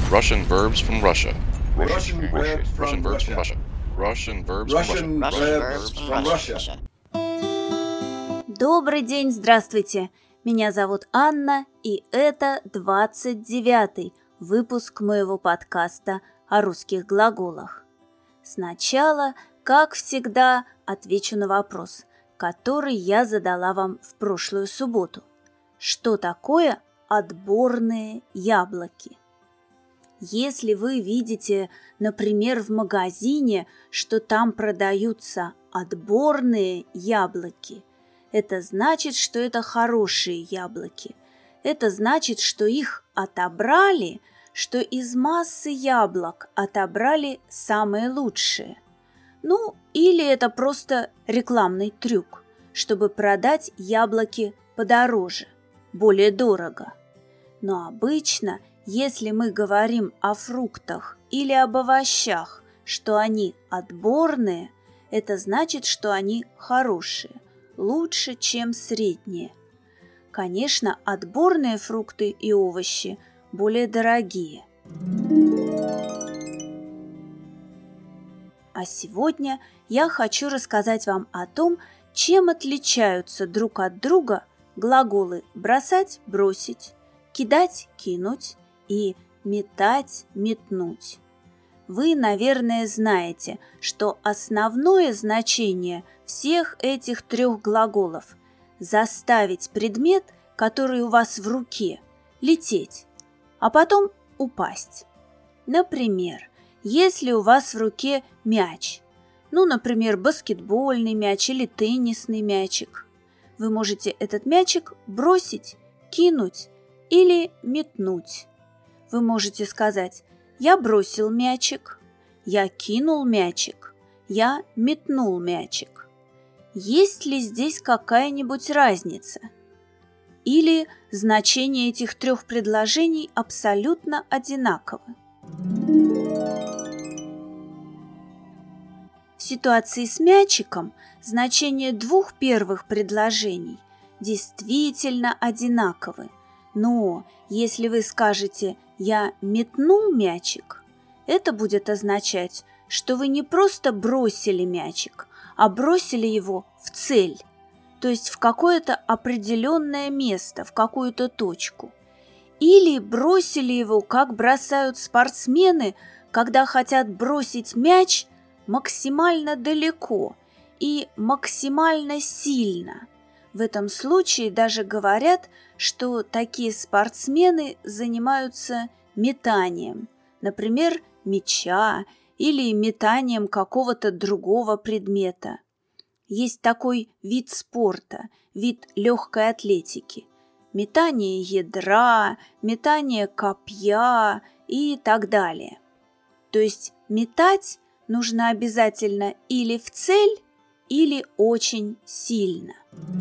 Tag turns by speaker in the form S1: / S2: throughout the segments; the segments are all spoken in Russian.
S1: Russian verbs from Russia.
S2: Russian verbs
S1: Russian
S2: from
S1: verbs from
S2: Russia.
S1: Russia. Russian verbs
S2: Russian
S1: from Russia.
S2: verbs from Russia.
S3: Добрый день, здравствуйте! Меня зовут Анна, и это 29-й выпуск моего подкаста о русских глаголах. Сначала, как всегда, отвечу на вопрос, который я задала вам в прошлую субботу. Что такое отборные яблоки? Если вы видите, например, в магазине, что там продаются отборные яблоки, это значит, что это хорошие яблоки. Это значит, что их отобрали, что из массы яблок отобрали самые лучшие. Ну, или это просто рекламный трюк, чтобы продать яблоки подороже, более дорого. Но обычно, если мы говорим о фруктах или об овощах, что они отборные, это значит, что они хорошие, лучше, чем средние. Конечно, отборные фрукты и овощи более дорогие. А сегодня я хочу рассказать вам о том, чем отличаются друг от друга глаголы «бросать» – «бросить», «кидать» – «кинуть» и «метать» – «метнуть». Вы, наверное, знаете, что основное значение всех этих трех глаголов – заставить предмет, который у вас в руке, лететь, а потом упасть. Например, если у вас в руке мяч, например, баскетбольный мяч или теннисный мячик, вы можете этот мячик бросить, кинуть или метнуть. Вы можете сказать: «Я бросил мячик», «Я кинул мячик», «Я метнул мячик». Есть ли здесь какая-нибудь разница? Или значения этих трех предложений абсолютно одинаковы? В ситуации с мячиком значения двух первых предложений действительно одинаковы. Но если вы скажете «я метнул мячик», это будет означать, что вы не просто бросили мячик, а бросили его в цель, то есть в какое-то определенное место, в какую-то точку. Или бросили его, как бросают спортсмены, когда хотят бросить мяч максимально далеко и максимально сильно. В этом случае даже говорят, что такие спортсмены занимаются метанием, например, мяча или метанием какого-то другого предмета. Есть такой вид спорта, вид легкой атлетики. Метание ядра, метание копья и так далее. То есть метать нужно обязательно или в цель, или очень сильно.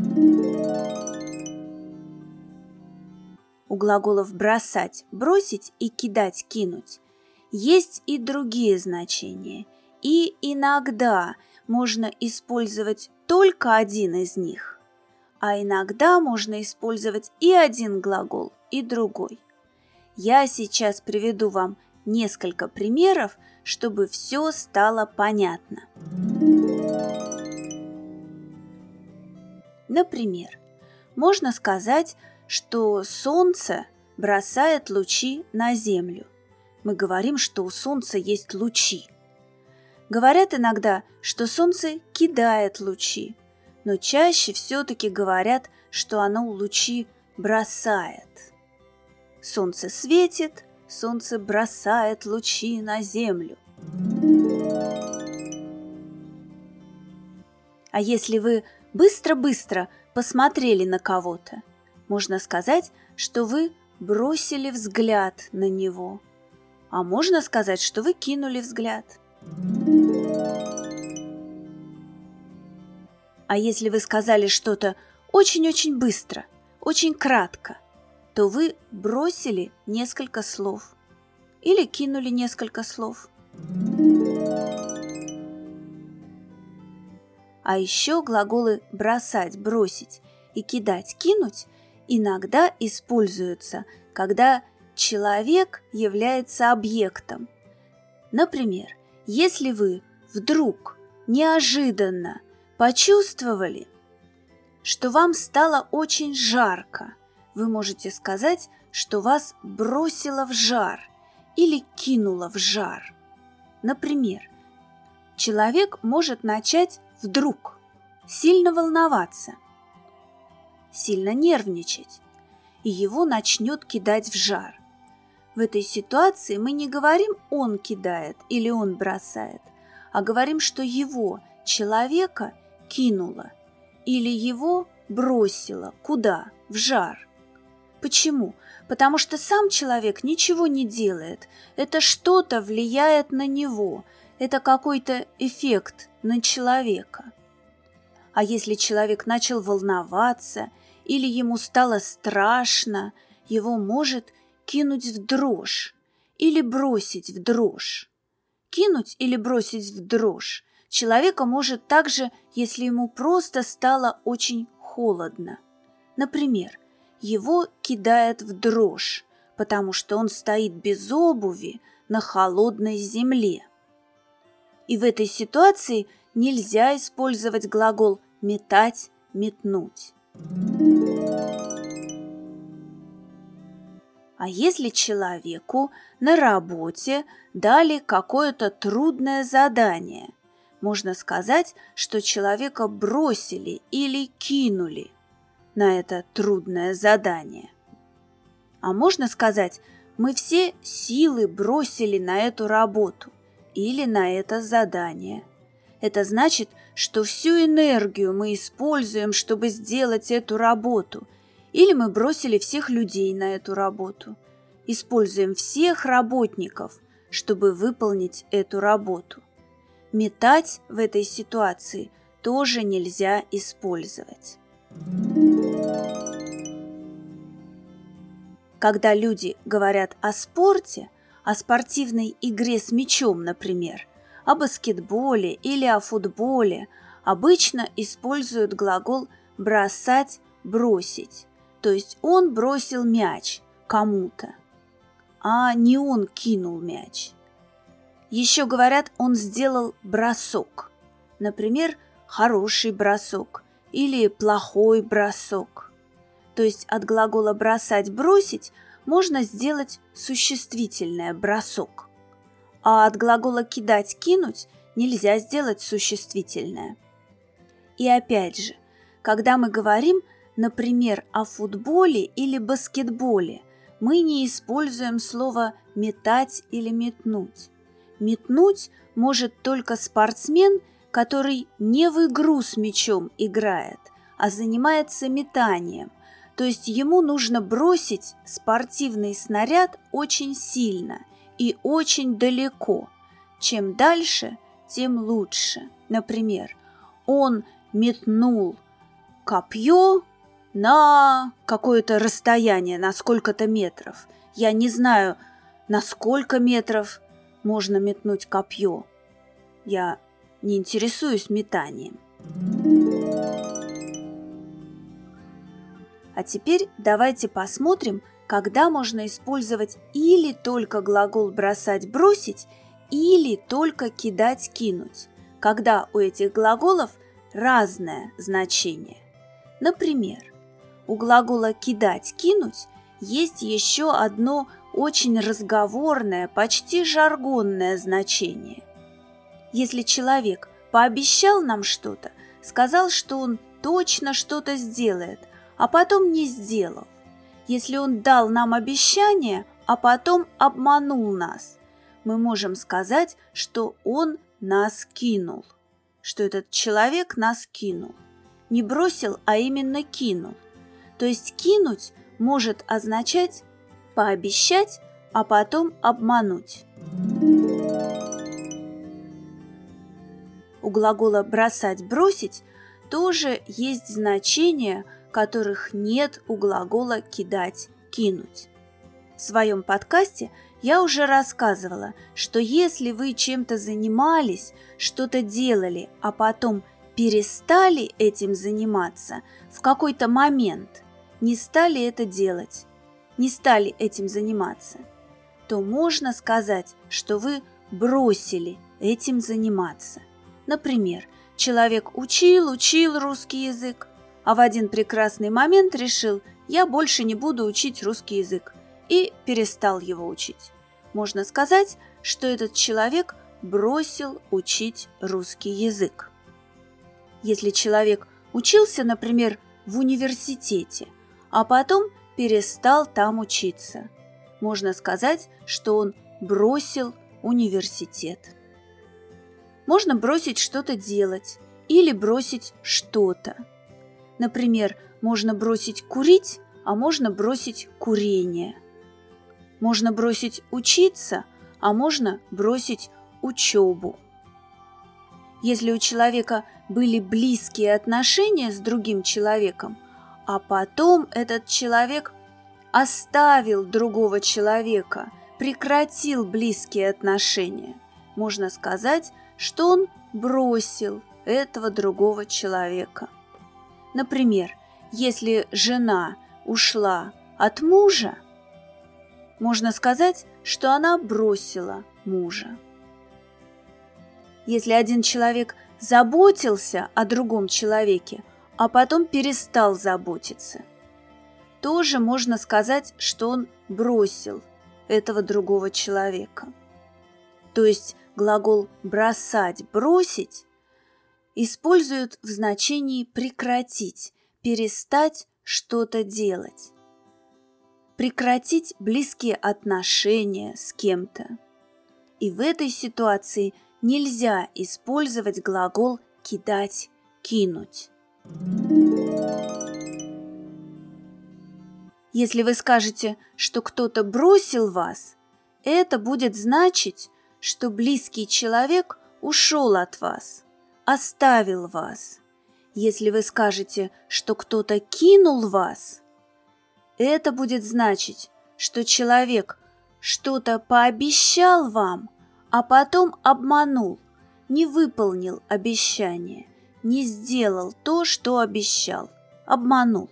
S3: У глаголов «бросать», «бросить» и «кидать», «кинуть» есть и другие значения, и иногда можно использовать только один из них, а иногда можно использовать и один глагол, и другой. Я сейчас приведу вам несколько примеров, чтобы все стало понятно. Например, можно сказать, что солнце бросает лучи на землю. Мы говорим, что у солнца есть лучи. Говорят иногда, что солнце кидает лучи, но чаще все-таки говорят, что оно лучи бросает. Солнце светит, солнце бросает лучи на землю. А если вы быстро-быстро посмотрели на кого-то, можно сказать, что вы бросили взгляд на него. А можно сказать, что вы кинули взгляд. А если вы сказали что-то очень-очень быстро, очень кратко, то вы бросили несколько слов или кинули несколько слов. А еще глаголы «бросать», «бросить» и «кидать», «кинуть» иногда используются, когда человек является объектом. Например, если вы вдруг неожиданно почувствовали, что вам стало очень жарко, вы можете сказать, что вас бросило в жар или кинуло в жар. Например, человек может начать вдруг сильно волноваться, сильно нервничать, и его начнет кидать в жар. В этой ситуации мы не говорим «он кидает» или «он бросает», а говорим, что его, человека, кинуло или его бросило. Куда? В жар. Почему? Потому что сам человек ничего не делает. Это что-то влияет на него. Это какой-то эффект на человека. А если человек начал волноваться или ему стало страшно, его может кинуть в дрожь или бросить в дрожь. Кинуть или бросить в дрожь человека может также, если ему просто стало очень холодно. Например, его кидает в дрожь, потому что он стоит без обуви на холодной земле. И в этой ситуации нельзя использовать глагол «метать», «метнуть». А если человеку на работе дали какое-то трудное задание, можно сказать, что человека бросили или кинули на это трудное задание. А можно сказать, мы все силы бросили на эту работу или на это задание. Это значит, что всю энергию мы используем, чтобы сделать эту работу, или мы бросили всех людей на эту работу. Используем всех работников, чтобы выполнить эту работу. Метать в этой ситуации тоже нельзя использовать. Когда люди говорят о спорте, о спортивной игре с мячом, например, о баскетболе или о футболе, обычно используют глагол «бросать», «бросить». То есть он бросил мяч кому-то, а не он кинул мяч. Еще говорят, он сделал бросок. Например, хороший бросок или плохой бросок. То есть от глагола «бросать», «бросить» можно сделать существительное «бросок». А от глагола «кидать», «кинуть» нельзя сделать существительное. И опять же, когда мы говорим, например, о футболе или баскетболе, мы не используем слово «метать» или «метнуть». Метнуть может только спортсмен, который не в игру с мячом играет, а занимается метанием. То есть ему нужно бросить спортивный снаряд очень сильно и очень далеко. Чем дальше, тем лучше. Например, он метнул копье на какое-то расстояние, на сколько-то метров. Я не знаю, на сколько метров можно метнуть копье. Я не интересуюсь метанием. А теперь давайте посмотрим, когда можно использовать или только глагол «бросать», «бросить», или только «кидать», «кинуть», когда у этих глаголов разное значение. Например, у глагола «кидать», «кинуть» есть еще одно очень разговорное, почти жаргонное значение. Если человек пообещал нам что-то, сказал, что он точно что-то сделает, а потом не сделал. Если он дал нам обещание, а потом обманул нас, мы можем сказать, что он нас кинул, что этот человек нас кинул. Не бросил, а именно кинул. То есть кинуть может означать пообещать, а потом обмануть. У глагола «бросать», «бросить» тоже есть значения, которых нет у глагола «кидать», «кинуть». В своем подкасте я уже рассказывала, что если вы чем-то занимались, что-то делали, а потом перестали этим заниматься в какой-то момент, не стали это делать, не стали этим заниматься, то можно сказать, что вы бросили этим заниматься. Например, человек учил русский язык, а в один прекрасный момент решил: я больше не буду учить русский язык, и перестал его учить. Можно сказать, что этот человек бросил учить русский язык. Если человек учился, например, в университете, а потом перестал там учиться, можно сказать, что он бросил университет. Можно бросить что-то делать или бросить что-то. Например, можно бросить курить, а можно бросить курение. Можно бросить учиться, а можно бросить учебу. Если у человека были близкие отношения с другим человеком, а потом этот человек оставил другого человека, прекратил близкие отношения, можно сказать, что он бросил этого другого человека. Например, если жена ушла от мужа, можно сказать, что она бросила мужа. Если один человек заботился о другом человеке, а потом перестал заботиться, тоже можно сказать, что он бросил этого другого человека. То есть глагол «бросать», «бросить» используют в значении «прекратить», «перестать что-то делать», прекратить близкие отношения с кем-то. И в этой ситуации нельзя использовать глагол «кидать», «кинуть». Если вы скажете, что кто-то бросил вас, это будет значить, что близкий человек ушел от вас, оставил вас. Если вы скажете, что кто-то кинул вас, это будет значить, что человек что-то пообещал вам, а потом обманул, не выполнил обещание, не сделал то, что обещал, обманул.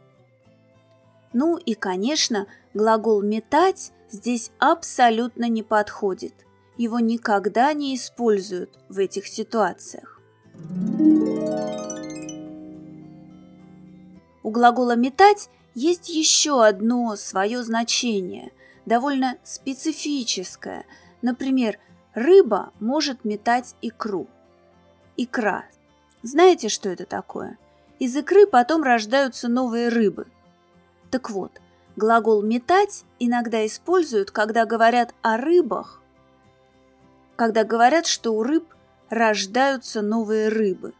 S3: Ну и, конечно, глагол «метать» здесь абсолютно не подходит. Его никогда не используют в этих ситуациях. У глагола «метать» есть еще одно свое значение, довольно специфическое. Например, рыба может метать икру. Икра. Знаете, что это такое? Из икры потом рождаются новые рыбы. Так вот, глагол «метать» иногда используют, когда говорят о рыбах, когда говорят, что у рыб рождаются новые рыбы.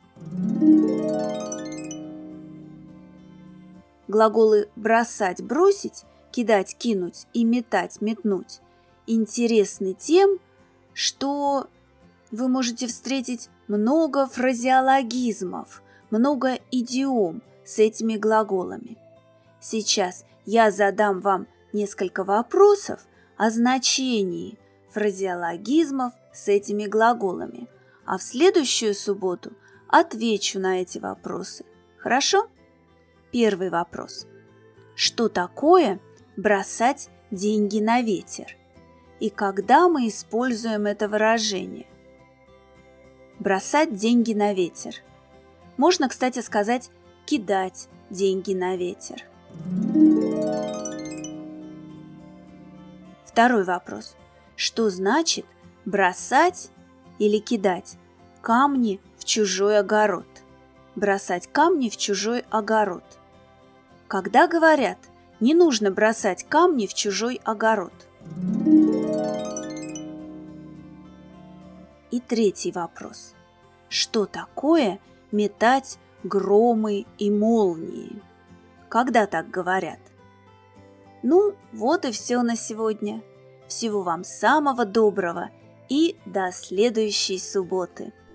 S3: Глаголы «бросать», «бросить», «кидать», «кинуть» и «метать», «метнуть» интересны тем, что вы можете встретить много фразеологизмов, много идиом с этими глаголами. Сейчас я задам вам несколько вопросов о значении фразеологизмов с этими глаголами, а в следующую субботу отвечу на эти вопросы. Хорошо? Первый вопрос. Что такое бросать деньги на ветер? И когда мы используем это выражение? Бросать деньги на ветер. Можно, кстати, сказать кидать деньги на ветер. Второй вопрос. Что значит бросать или кидать камни в чужой огород? Бросать камни в чужой огород. Когда говорят, не нужно бросать камни в чужой огород? И третий вопрос. Что такое метать громы и молнии? Когда так говорят? Ну, вот и все на сегодня. Всего вам самого доброго и до следующей субботы.